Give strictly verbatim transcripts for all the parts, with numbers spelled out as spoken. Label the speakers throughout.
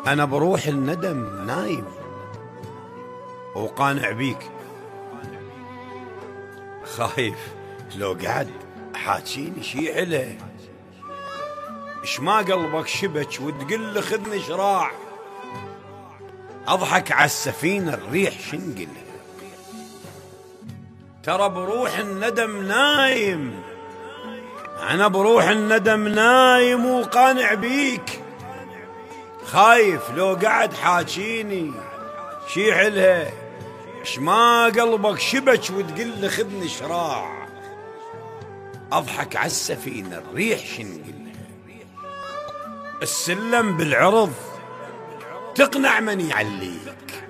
Speaker 1: أنا بروح الندم نايم وقانع بيك، خايف لو قعد حاجيني شي حله، اش ما قلبك شبك وتقل لي خذني شراع، اضحك على السفينه الريح شنقل، ترى بروح الندم نايم، انا بروح الندم نايم وقانع بيك، خايف لو قعد حاجيني شي حلها، اش ما قلبك شبك وتقل لي خذني شراع، اضحك على السفينه الريح شنقل، السلم بالعرض تقنع من يعليك،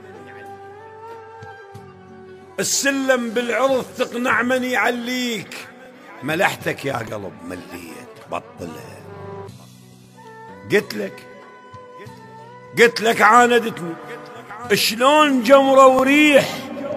Speaker 1: السلم بالعرض تقنع من يعليك، ملحتك يا قلب مليت بطلها، قلت لك قلت لك عاندتني شلون جمرة وريح،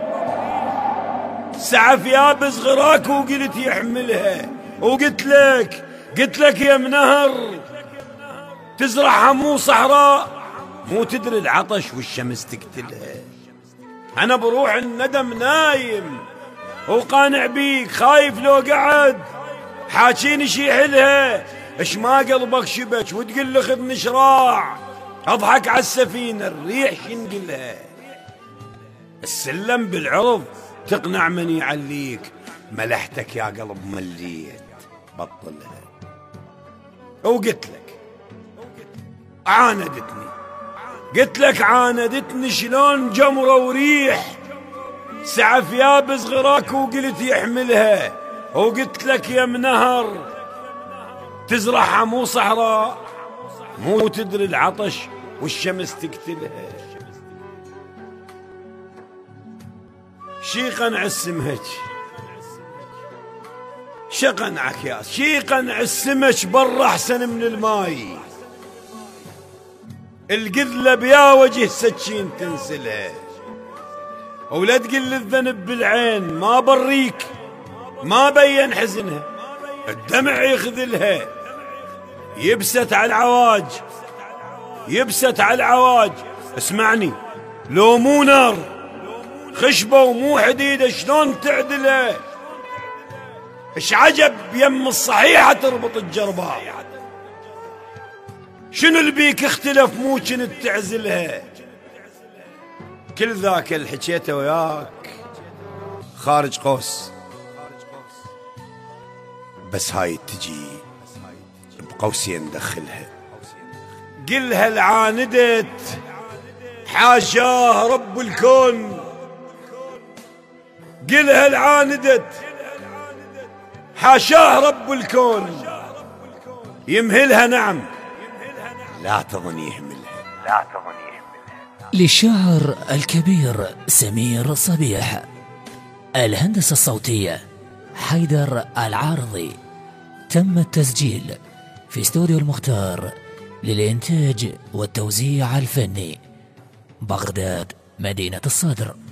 Speaker 1: سعف يابس غراك وقلت يحملها، وقلت لك قلت لك يا منهر تزرعها مو صحراء، مو تدري العطش والشمس تقتلها، انا بروح الندم نايم وقانع بيك، خايف لو قعد حاجيني شي حلها، اش ما قلبك شبك وتقول لي خذني شراع، اضحك على السفينه الريح شنقلها، السلم بالعرض تقنع من يعليك، ملحتك يا قلب مليت بطلها، وقلت لك عاندتني قلت لك عاندتني شلون جمرة وريح، سعف يابس غراك وقلت يحملها، وقلت لك يا منهر تزرعها مو صحراء، مو تدري العطش والشمس تقتلها، شي قنع السمك شي قنعك يا شي قنع السمك برا احسن من الماي، القذلة بيا وجه سكين تنسلها، ولا تقل الذنب بالعين ما بريك ما بين حزنها، الدمع يخذلها، يبست على العواج يبست على العواج، اسمعني لو مو نار خشبة ومو حديدة شلون تعدلها، اش عجب يم الصحيحة تربط الجرباء، شنو اللي بيك اختلف مو كنت تعزلها، كل ذاك اللي حكيته وياك خارج قوس، بس هاي تجي بقوسين دخلها، قلها العاندت حاشاه رب الكون، قلها العاندت حاشاه رب الكون، يمهلها نعم لا تظن يهملها لا تظن يهملها.
Speaker 2: للشاعر الكبير سمير صبيح، الهندسة الصوتية حيدر العارضي، تم التسجيل في استوديو المختار للإنتاج والتوزيع الفني، بغداد مدينة الصدر.